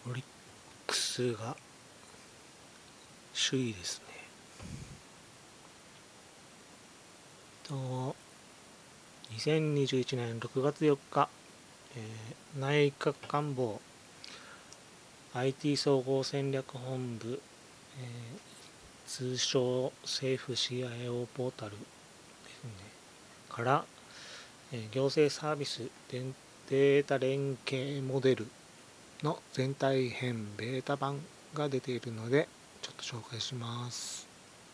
オリックスが首位ですね。2021年6月4日、内閣官房 IT 総合戦略本部、通称政府 CIO ポータルですね、から、行政サービスデータ連携モデルの全体編ベータ版が出ているのでちょっと紹介します。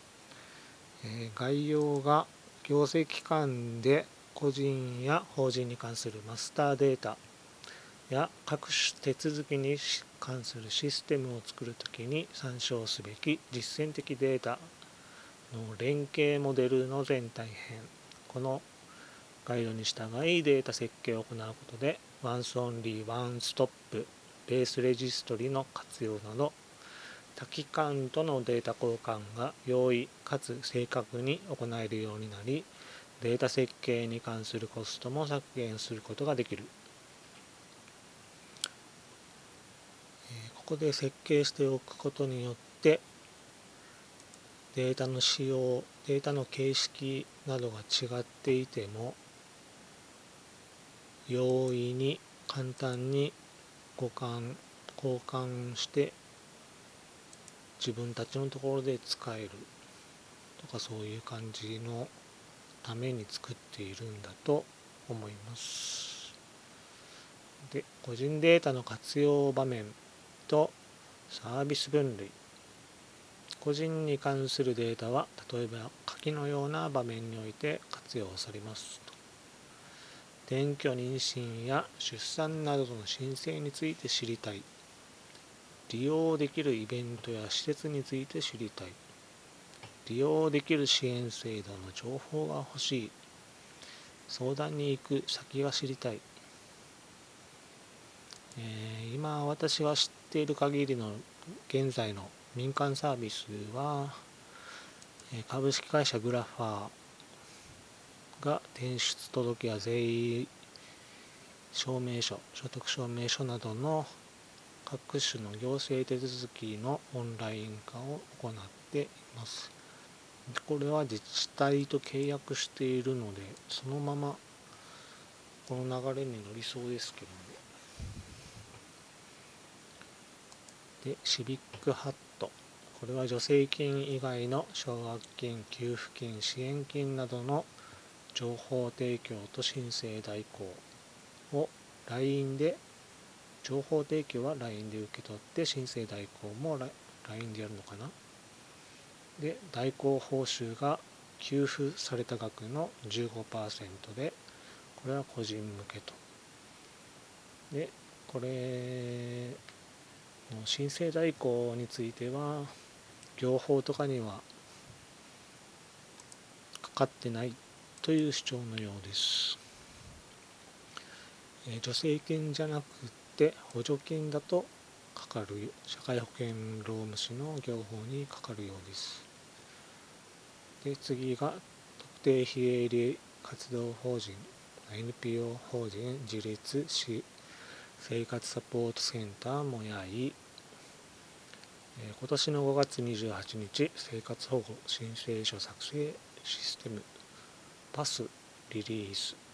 概要が行政機関で個人や法人に関するマスターデータや各種手続きに関するシステムを作るときに参照すべき実践的データの連携モデルの全体編。このガイドに従いデータ設計を行うことでワンスオンリーワンストップベースレジストリの活用など多機関とのデータ交換が容易かつ正確に行えるようになり、データ設計に関するコストも削減することができる。ここで設計しておくことによってデータの仕様、データの形式などが違っていても容易に簡単に交換して自分たちのところで使えるとか、そういう感じのために作っているんだと思います。で、個人データの活用場面とサービス分類。個人に関するデータは例えば下記のような場面において活用されます。転居妊娠や出産などの申請について知りたい。利用できるイベントや施設について知りたい。利用できる支援制度の情報が欲しい。相談に行く先が知りたい。今私が知っている限りの現在の民間サービスは、株式会社グラファーが転出届や税証明書、所得証明書などの各種の行政手続きのオンライン化を行っています。これは自治体と契約しているのでそのままこの流れに乗りそうですけどね。で、シビックハット、これは助成金以外の奨学金、給付金、支援金などの情報提供と申請代行を LINE で、情報提供は LINE で受け取って申請代行も LINE でやるのかな。で、代行報酬が給付された額の 15% で、これは個人向けと。で、これの申請代行については業法とかにはかかってないという主張のようです。助成金じゃなくて補助金だとかかる、社会保険労務士の業法にかかるようです。で、次が特定非営利活動法人 NPO 法人自立市生活サポートセンターもやい、今年の5月28日生活保護申請書作成システムパスリリース、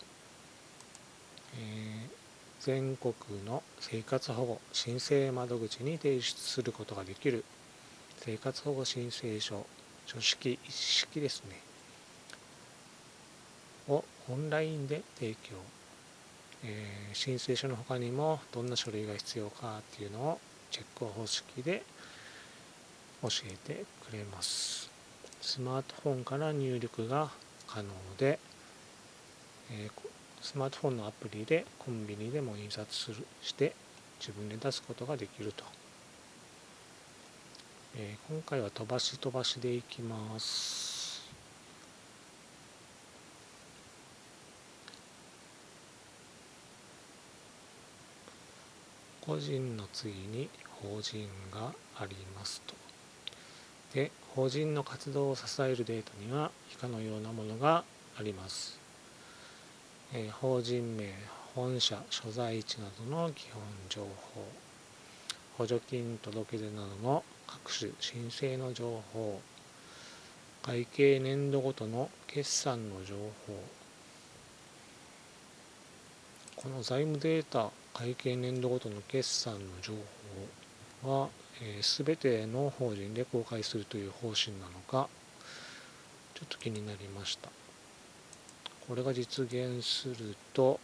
全国の生活保護申請窓口に提出することができる生活保護申請書書式一式ですねをオンラインで提供、申請書の他にもどんな書類が必要かっていうのをチェック方式で教えてくれます。スマートフォンから入力が可能で、スマートフォンのアプリでコンビニでも印刷して自分で出すことができると。今回は飛ばしでいきます。個人の次に法人がありますと。で、法人の活動を支えるデータには以下のようなものがあります。法人名、本社、所在地などの基本情報、 補助金届出などの各種申請の情報、会計年度ごとの決算の情報。この財務データ、会計年度ごとの決算の情報は、すべての法人で公開するという方針なのか、ちょっと気になりました。これが実現すると、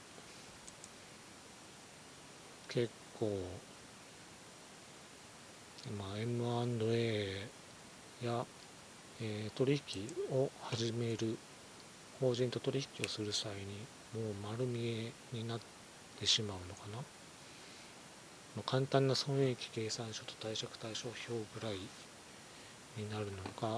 結構、M&A や、取引を始める、法人と取引をする際に、もう丸見えになってしまうのかな。簡単な損益計算書と貸借対照表ぐらいになるのか、こ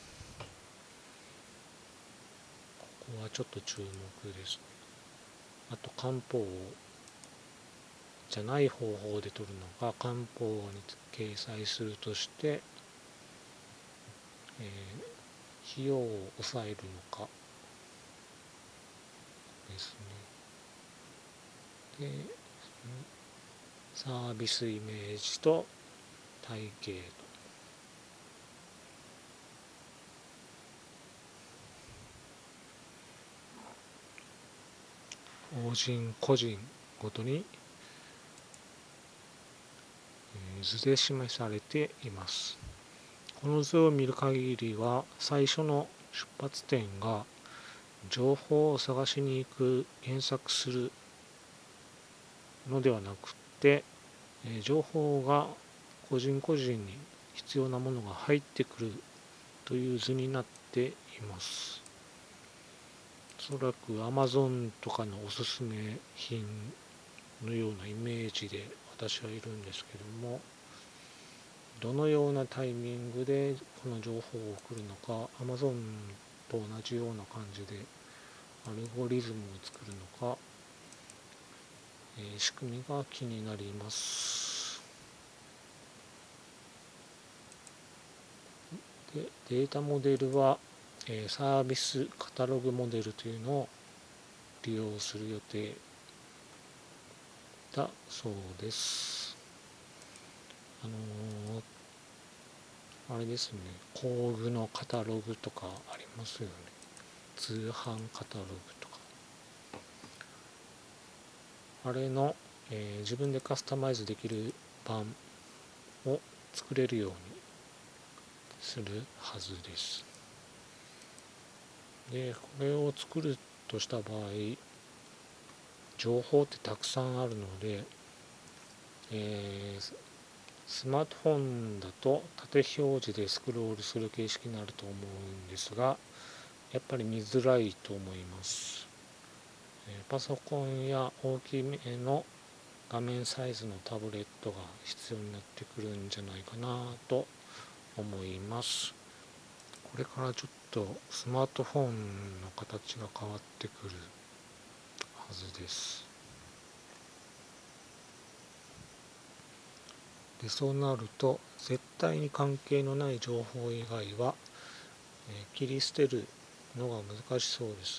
こはちょっと注目ですね。あと漢方じゃない方法で取るのか、漢方に掲載するとして、費用を抑えるのかですね。で、サービスイメージと体系と、法人個人ごとに図で示されています。この図を見る限りは、最初の出発点が情報を探しに行く、検索するのではなくて、情報が個人個人に必要なものが入ってくるという図になっています。おそらく Amazon とかのおすすめ品のようなイメージで私はいるんですけども、どのようなタイミングでこの情報を送るのか、 Amazon と同じような感じでアルゴリズムを作るのか、仕組みが気になります。で、データモデルは、サービスカタログモデルというのを利用する予定だそうです。あれですね、工具のカタログとかありますよね。通販カタログとか。あれの、自分でカスタマイズできる版を作れるようにするはずです。で、これを作るとした場合、情報ってたくさんあるので、スマートフォンだと縦表示でスクロールする形式になると思うんですが、やっぱり見づらいと思います。パソコンや大きめの画面サイズのタブレットが必要になってくるんじゃないかなと思います。これからちょっとスマートフォンの形が変わってくるはずです。で、そうなると絶対に関係のない情報以外は、切り捨てるのが難しそうです。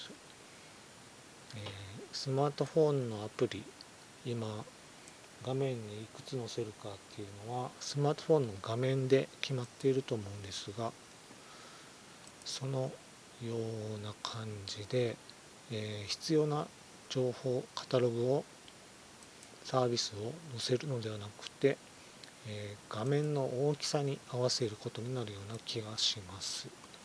スマートフォンのアプリ、今画面にいくつ載せるかっていうのはスマートフォンの画面で決まっていると思うんですが、そのような感じで、必要な情報カタログをサービスを載せるのではなくて、画面の大きさに合わせることになるような気がします。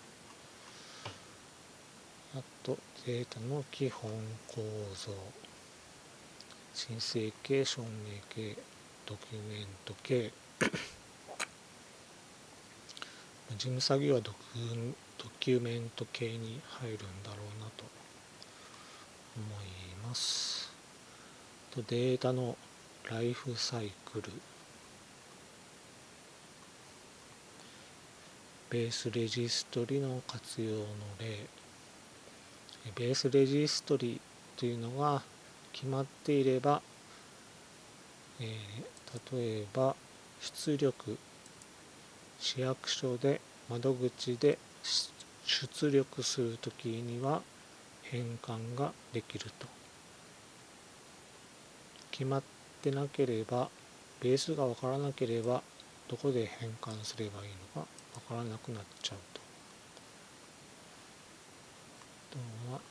あと、データの基本構造、申請形、証明形、ドキュメント形、事務作業はドキュメント系に入るんだろうなと思います。と、データのライフサイクル、ベースレジストリの活用の例。ベースレジストリというのが決まっていれば、例えば出力、市役所で窓口で出力するときには変換ができると。決まってなければベースが分からなければどこで変換すればいいのか分からなくなっちゃうと。あとは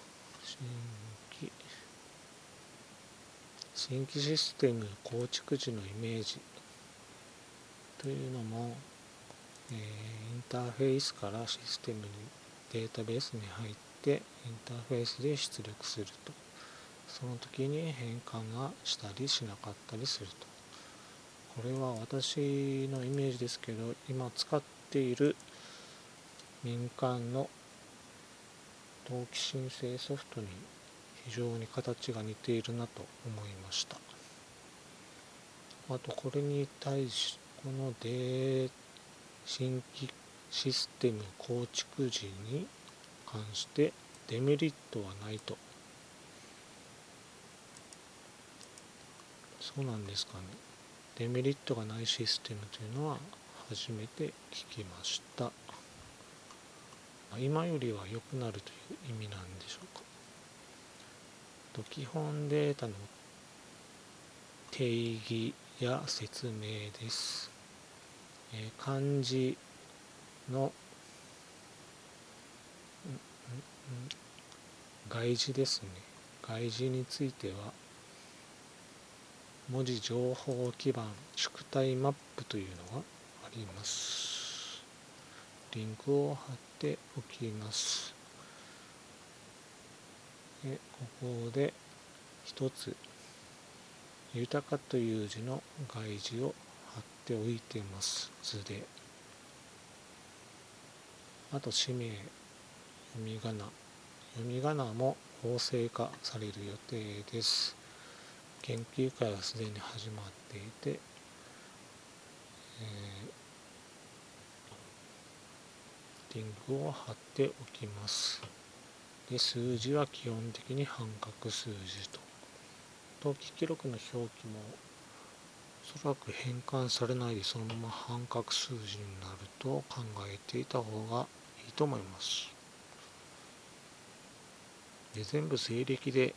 新規システム構築時のイメージというのも、インターフェースからシステムにデータベースに入ってインターフェースで出力すると、その時に変換がしたりしなかったりすると。これは私のイメージですけど、今使っている民間の登記申請ソフトに非常に形が似ているなと思いました。あとこれに対しこの新規システム構築時に関してデメリットはないと。そうなんですかね。デメリットがないシステムというのは初めて聞きました。今よりは良くなるという意味なんでしょうか。基本データの定義や説明です。漢字の外事ですね。外事については文字情報基盤縮体マップというのがあります。リンクを貼っておきます。ここで一つ豊かという字の外字を貼っておいてます。図で。あと氏名、読み仮名も法制化される予定です。研究会はすでに始まっていて、リンクを貼っておきます。で、数字は基本的に半角数字と。登記記録の表記もおそらく変換されないでそのまま半角数字になると考えていた方がいいと思います。で、全部西暦で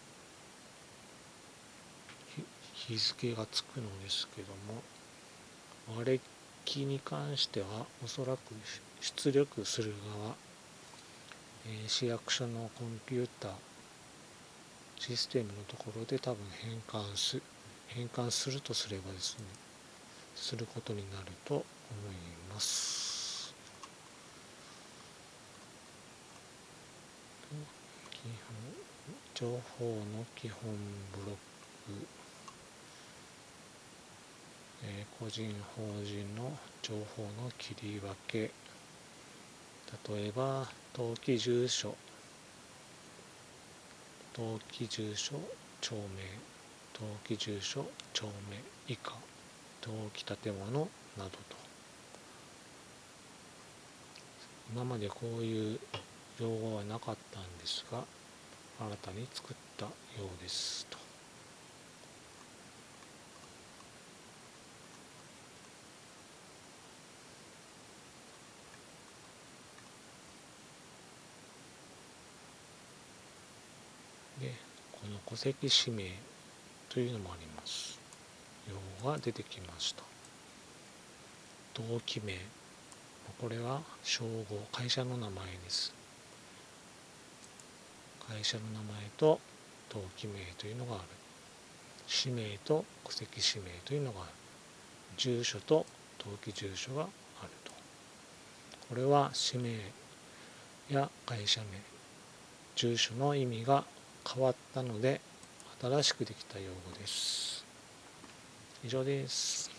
日付がつくのですけども、和暦に関してはおそらく出力する側、市役所のコンピューターシステムのところで多分変換するとすればですね、することになると思います。情報の基本ブロック、個人法人の情報の切り分け、例えば登記住所、町名、登記住所、町名以下、登記建物などと。今までこういう用語はなかったんですが、新たに作ったようですと。で、この戸籍氏名というのもあります。用語が出てきました。登記名、これは称号、会社の名前です。会社の名前と登記名というのがある。氏名と戸籍氏名というのがある。住所と登記住所があると。これは氏名や会社名、住所の意味が変わったので新しくできた用語です。以上です。